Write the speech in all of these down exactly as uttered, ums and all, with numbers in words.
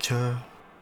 Culture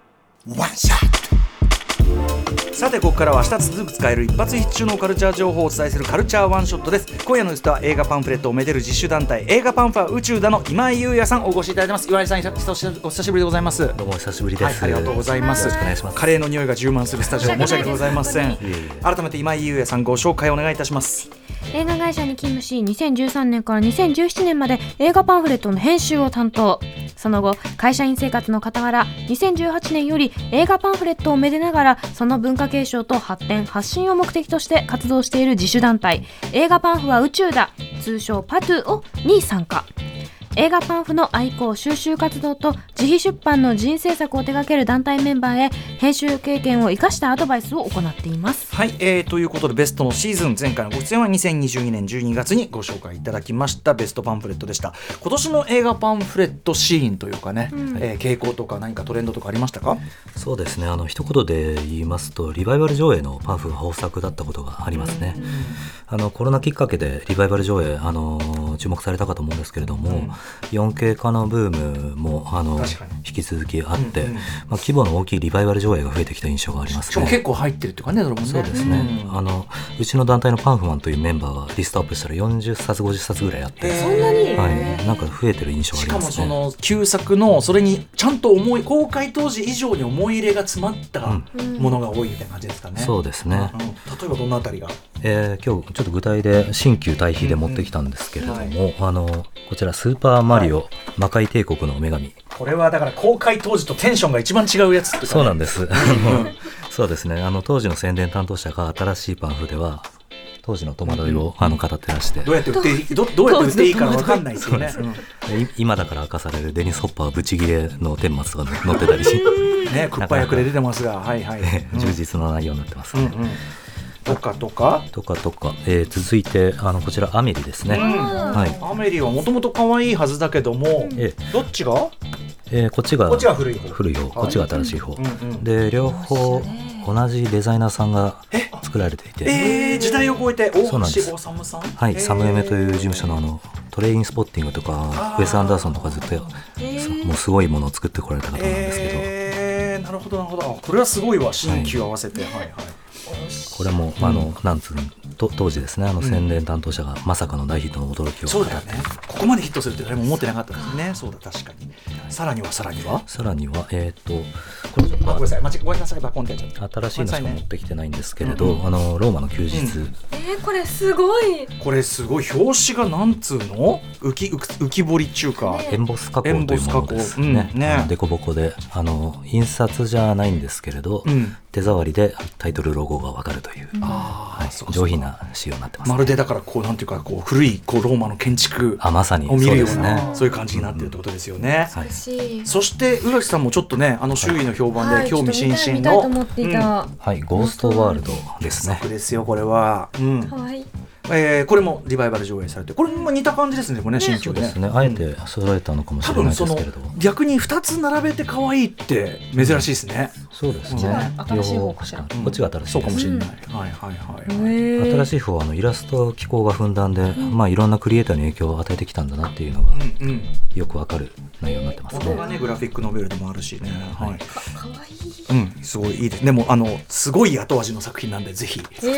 One Shot。 さてここからは明日続く使える一発必中のカルチャー情報をお伝えするカルチャーワンショットです。今夜のゲストは映画パンフレットをめでる自主団体映画パンファ宇宙だの今井優也さんお越しいただいてます。今井さんお久しぶりでございます。 どうも久しぶりです、 はい、ありがとうございます。 よろしくお願いします。 カレーの匂いが充満するスタジオ申し訳ございません。改めて今井優也さんご紹介お願いいたします。 映画会社に勤務しにせんじゅうさんねんからにせんじゅうななねんまで映画パンフレットの編集を担当。その後会社員生活の傍らにせんじゅうはちねんより映画パンフレットをめでながらその文化継承と発展発信を目的として活動している自主団体映画パンフは宇宙だ通称パトゥをに参加。映画パンフの愛好収集活動と自費出版の人制作を手掛ける団体メンバーへ編集経験を生かしたアドバイスを行っています。 はい、えー、ということでベストのシーズン前回のご出演はにせんにじゅうにねんじゅうにがつにご紹介いただきましたベストパンフレットでした。今年の映画パンフレットシーンというかね、うんえー、傾向とか何かトレンドとかありましたか？ そうですね、あの一言で言いますとリバイバル上映のパンフが豊作だったことがありますね、うん、あのコロナきっかけでリバイバル上映あの注目されたかと思うんですけれども、うん、よんケー 化のブームもあの引き続きあって、うんうんまあ、規模の大きいリバイバル上映が増えてきた印象がありますね。 しかも結構入ってるっていうかね、ねそうですね、うん、あのうちの団体のパンフマンというメンバーがリストアップしたらよんじゅっさつごじゅっさつぐらいあってそんなに、 はい、なんか増えてる印象がありますね。 しかもその旧作のそれにちゃんと思い公開当時以上に思い入れが詰まったものが多いみたいな感じですかね、うん、 そうですね、 うん、例えばどんなあたりが、 えー、今日ちょっと具体で新旧対比で持ってきたんですけれども、うんうんはい、あのこちらスーパーマリオ、はい、魔界帝国の女神、 これはだから公開当時とテンションが一番違うやつって、ね、 そうなんですそうですね、あの当時の宣伝担当者が新しいパンフでは当時の戸惑いを、うん、あの語ってらして、 どうやって売っていい、ど, どうやって売っていいか分かんないですよね、 うん、今だから明かされるデニス・ホッパーブチギレの顛末が載ってたりしね、クッパ役で出てますが、はいはい、 充実の内容になってますね、 うんうんとかとかとかとか、えー、続いてあのこちらアメリですね、うんはい、アメリはもともと可愛いはずだけども、えー、どっちが、 えー、こっちがこっちが古い方、 古い方、はい、こっちが新しい方、 うんうん、 で両方同じデザイナーさんが作られていて、 えー、時代を超えて大橋治さん、 はい、サムエメという事務所のあのトレインスポッティングとかウェス・アンダーソンとかずっともうすごいものを作ってこられた方なんですけど、 えー、なるほどなるほど、これはすごいわ、新旧合わせて、はいはいはい、 これも、あの、なんつうのと当時ですね、あの宣伝担当者がまさかの大ヒットの驚きを、 そうだよね、ここまでヒットするって誰も思ってなかったですね。そうだ、確かに。さらにはさらにはさらにはえっ、ー、とこれちょっとごめんなさい、間違ごめんなさい、バコンってやっちゃった。 新しいのしか持ってきてないんですけれど、ね、あのローマの休日、うん、 えー、これすごい、 これすごい、表紙がなんつうの浮き浮き彫り中か、 エンボス加工というものですね、うん、ね、デコボコであの印刷じゃないんですけれど、うん、手触りでタイトルロゴが分かるという、うん、あ、はい、そうそう、上品な仕様になってます、ね、 まるでだからこうなんていうかこう古いこうローマの建築あまさにを見るような、 そうですね、 そういう感じになっているってことですよね、 うん、はい、 そして宇垣さんもちょっとね、あの周囲の評判で興味津々の、 はい、 はい、ゴーストワールドですね。 傑作ですよこれは、うん、かわいい。えー、これもリバイバル上映されて、これも似た感じですね、これね、新旧で、ね、 そうですね、あえて揃えたのかもしれないですけれど、多分その逆にふたつ並べて可愛いって珍しいですね、 うん、そうですね、 新しい方かしら、 こっちが新しい、 そうかもしれない、うん、はいはいはい、 はい、新しい方はあのイラスト機構がふんだんで、うん、まあ、いろんなクリエイターに影響を与えてきたんだなっていうのがよくわかる内容になってますね。 元がねグラフィックノベルでもあるしね、はい、はい、 か, かわいい、 うん、すごいいいです。でもあのすごい後味の作品なんでぜひ、はい、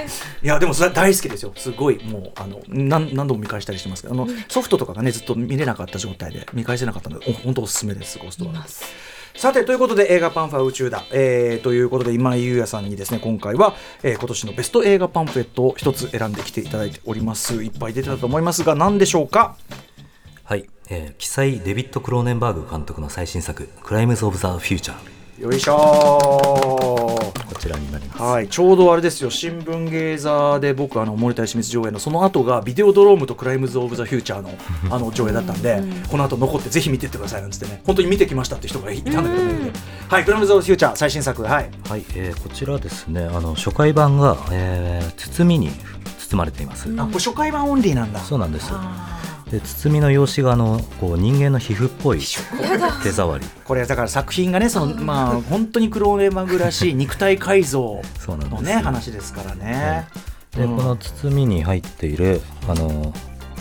いやでもそれは大好きですよ、すごいもうあの 何, 何度も見返したりしてますけど、あのソフトとかがねずっと見れなかった状態で見返せなかったので本当おすすめです、ゴーストワールド。さてということで映画パンファ宇宙だ、えー、ということで今井優也さんにですね今回は、えー、今年のベスト映画パンフレットを一つ選んできていただいております。いっぱい出てたと思いますが何でしょうか？ はい、えー、記載デビッド・クローネンバーグ監督の最新作クライムズ・オブ・ザ・フューチャー、 よいしょー、 こちらになります、 はい、ちょうどあれですよ、新聞芸座で僕あの森田清水上映のその後がビデオドロームとクライムズ・オブ・ザ・フューチャー の, あの上映だったんでこの後残ってぜひ見てってくださいなんつってね、本当に見てきましたって人がいたんだけど、ね、はい、クライムズ・オブ・ザ・フューチャー最新作、はい、 はい、えー、こちらですね、あの初回版が、えー、包みに包まれています。 あ、これ初回版オンリーなんだ。 そうなんです。で包みの用紙があのこう人間の皮膚っぽい手触り、 これだから作品がねその、まあ、本当にクローネンバーグらしい肉体改造の、ね、話ですからね、 はい、で、うん、この包みに入っているあの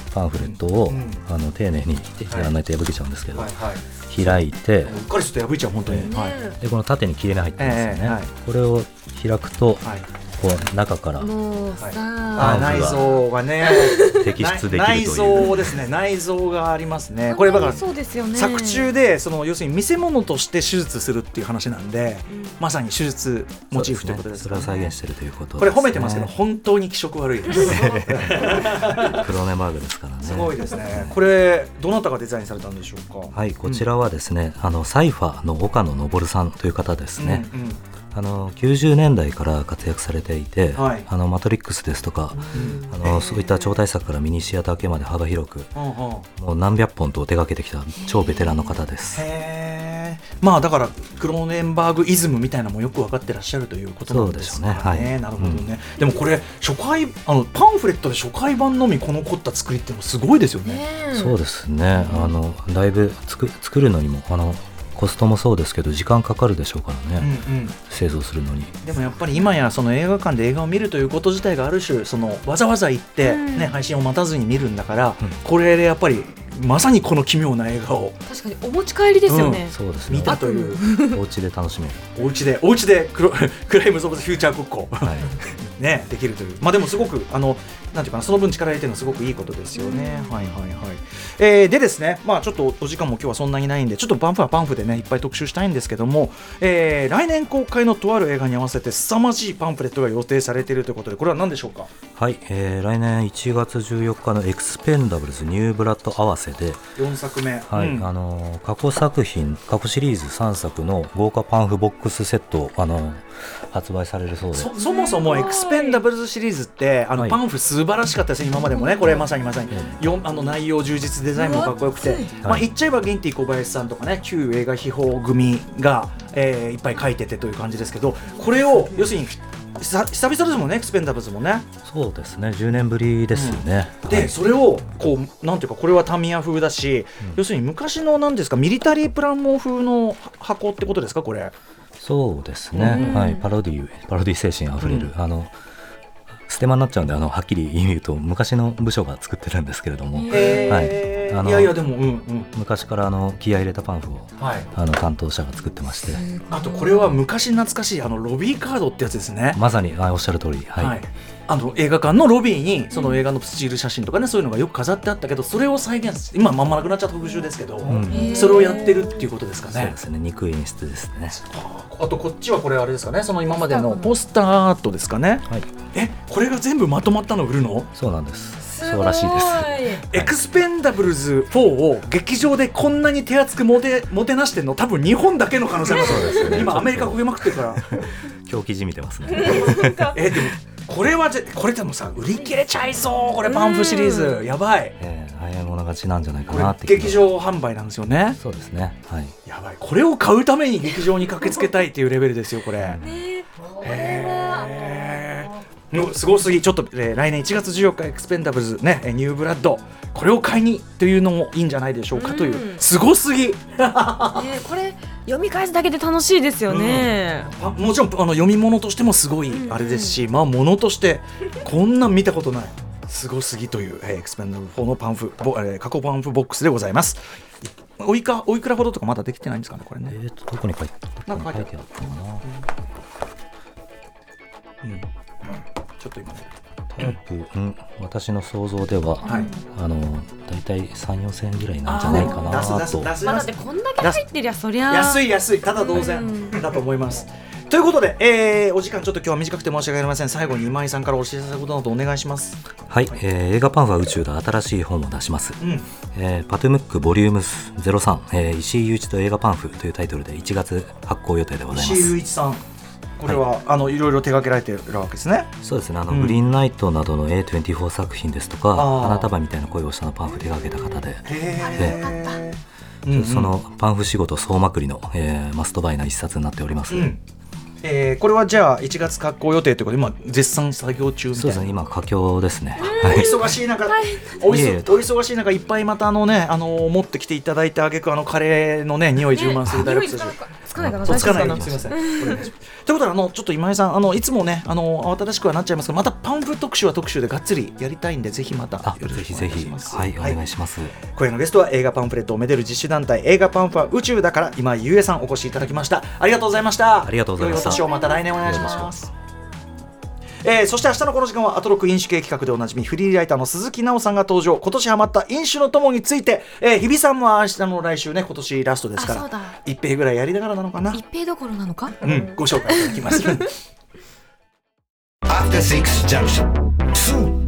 パンフレットを、 うん、 あの丁寧にやらないと破けちゃうんですけど、 はいはい、 開いて、 うっかりすると破いちゃう本当に、 ね、 はい、 でこの縦に切れ目入ってますよね、 えーはい、 これを開くと、 はい、 こう中からもうさ、 はい、内臓がね摘出できるという内臓ですね、内臓がありますね。これだからそうですよね、 作中でその要するに見せ物として手術するっていう話なんで、うん、まさに手術モチーフということですね。 それを再現しているということですね。 これ褒めてますけど本当に気色悪いですクロネマーグですからね。 すごいですね。これどなたがデザインされたんでしょうか。 はい、こちらはですね、うん、あのサイファーの岡野昇さんという方ですね、うんうん、あのきゅうじゅうねんだいから活躍されていて、はい、あのマトリックスですとか、うん、あのそういった超大作からミニシアター系まで幅広く、うん、もう何百本と手掛けてきた超ベテランの方です。 へー、まあだからクローネンバーグイズムみたいなのもよく分かってらっしゃるということなんですかね。そうでしょうね、はい、なるほどね、うん、でもこれ初回あのパンフレットで初回版のみこの凝った作りってもすごいですよね。 そうですね、あのだいぶつく作るのにもあのコストもそうですけど時間かかるでしょうからね、うんうん、製造するのに。 でもやっぱり今やその映画館で映画を見るということ自体がある種そのわざわざ行って、ね、うん、配信を待たずに見るんだから、うん、これでやっぱりまさにこの奇妙な映画を確かにお持ち帰りですよね、 うん、そうですね、 見たというお家で楽しめるお家でお家でクロクライムズ・オブ・ザ・フューチャーごっこ、はいね、できるという、まあ、でもすごくあのなんていうかな、その分力入れてるのはすごくいいことですよね、うん、はいはいはい、えー、でですね、まあ、ちょっとお時間も今日はそんなにないんでちょっとパンフはパンフでねいっぱい特集したいんですけども、えー、来年公開のとある映画に合わせて凄まじいパンフレットが予定されているということで、これは何でしょうか。 はい、えー、来年いちがつじゅうよっかのエクスペンダブルズニューブラッド合わせでよんさくめ、 はい、うん、あの過去作品過去シリーズさんさくの豪華パンフボックスセットあの発売されるそうで、 そ, そもそもエクスペンダブルズシリーズってあの、はい、パンフ素晴らしかったですね今までもね。これまさにまさに、うん、よあの内容充実デザインもかっこよくて、まあ、言っちゃえばゲンティ小林さんとかね旧映画秘宝組が、えー、いっぱい書いててという感じですけど、これを要するに久々ですもんね、エクスペンダブルズもね。 そうですね、じゅうねんぶりですよね、 うん、で、はい、それをこうなんていうかこれはタミヤ風だし、うん、要するに昔の何ですかミリタリープランモ風の箱ってことですかこれ。 そうですね、うん、はい、パロディパロディ精神あふれる、うん、あのステマになっちゃうんであのはっきり言うと昔の部署が作ってるんですけれども、はい、あのいやいやでも、うんうん、昔からあの気合い入れたパンフを、はい、あの担当者が作ってまして、 あとこれは昔懐かしいあのロビーカードってやつですね。 まさにおっしゃる通り、はい、はい、 あの映画館のロビーにその映画のスチール写真とかね、そういうのがよく飾ってあったけど、それを再現今まんまなくなっちゃった特集ですけど、うん、それをやってるっていうことですかね。 そうですね、憎い演出ですね。 あとこっちはこれあれですかね、その今までのポスターアートですかね、はい、えこれが全部まとまったの売るの。 そうなんです、そうらしいです、はい、 エクスペンダブルズフォーを劇場でこんなに手厚くもてもてなしてるの多分日本だけの可能性ありますよね。今アメリカ焦げまくってるから狂気じみてますねえでもこれはぜこれでもさ売り切れちゃいそう、これパンフシリーズやばい、 えー、早い者勝ちなんじゃないかなって。 劇場販売なんですよね。 そうですね、はい、 やばい、これを買うために劇場に駆けつけたいっていうレベルですよこれ、ね、へーすごすぎ。ちょっと、えー、来年いちがつじゅうよっかエクスペンダブルズねニューブラッドこれを買いにというのもいいんじゃないでしょうかという、すごすぎね、 これ読み返すだけで楽しいですよね、 うん、もちろんあの読み物としてもすごいあれですし、うんうん、まあ物としてこんなん見たことないすごすぎという、えー、エクスペンダブルフォーのパンフボ、えー、過去パンフボックスでございます。おいかおいくらほどとかまだできてないんですかねこれね。 えーとどこに書いてあったかな、 うん、ちょっと今ね多分私の想像では、はい、あのだいたいさん、よんせんえんぐらいなんじゃないかなと。 まあ、だってこんだけ入ってりゃそりゃ安い安いただ同然だと思います、うん、ということで、えー、お時間ちょっと今日は短くて申し訳ありません。最後に今井さんからお知らせことなどお願いします。 はい、えー、映画パンフは宇宙で新しい本を出します、うん、えー、パトゥムックボリュームゼロさん、えー、石井雄一と映画パンフというタイトルでいちがつ発行予定でございます。 石井雄一さんこれは、はい、あのいろいろ手掛けられているわけですね。 そうですね、あの、うん、グリーンナイトなどの エーにじゅうよん 作品ですとか花束みたいな恋をしたのパンフ手掛けた方で、で、うんうん、そのパンフ仕事総まくりの、えー、マストバイな一冊になっております、うん、 えー、これはじゃあいちがつ発行予定ということで今絶賛作業中みたいな。 そうですね、今佳境ですね、 はい、お忙しい中、はい、お, いお忙しい中いっぱいまたあのねあの持ってきていただいてあげくあのカレーのね匂い充満するダイレクトつかないかな、 とっつかないよう大丈夫にすみませんお願いしますということであのちょっと今井さんあのいつもねあの慌ただしくはなっちゃいますけどまたパンフ特集は特集でがっつりやりたいんでぜひまたあよろぜひぜひしくお願いしますはいお願いします、 今夜のゲストは映画パンフレットをめでる実施団体映画パンファ宇宙だから今井優恵さんお越しいただきましたありがとうございましたありがとうございました良いお年をまた来年お願いしますえー、そして明日のこの時間はアトロック飲酒系企画でおなじみフリーライターの鈴木奈緒さんが登場今年ハマった飲酒の友について、えー、日比さんも明日の来週ね今年ラストですからあそうだ一平ぐらいやりながらなのかな一平どころなのか、 うんご紹介いただきます After Six Junction. Soon.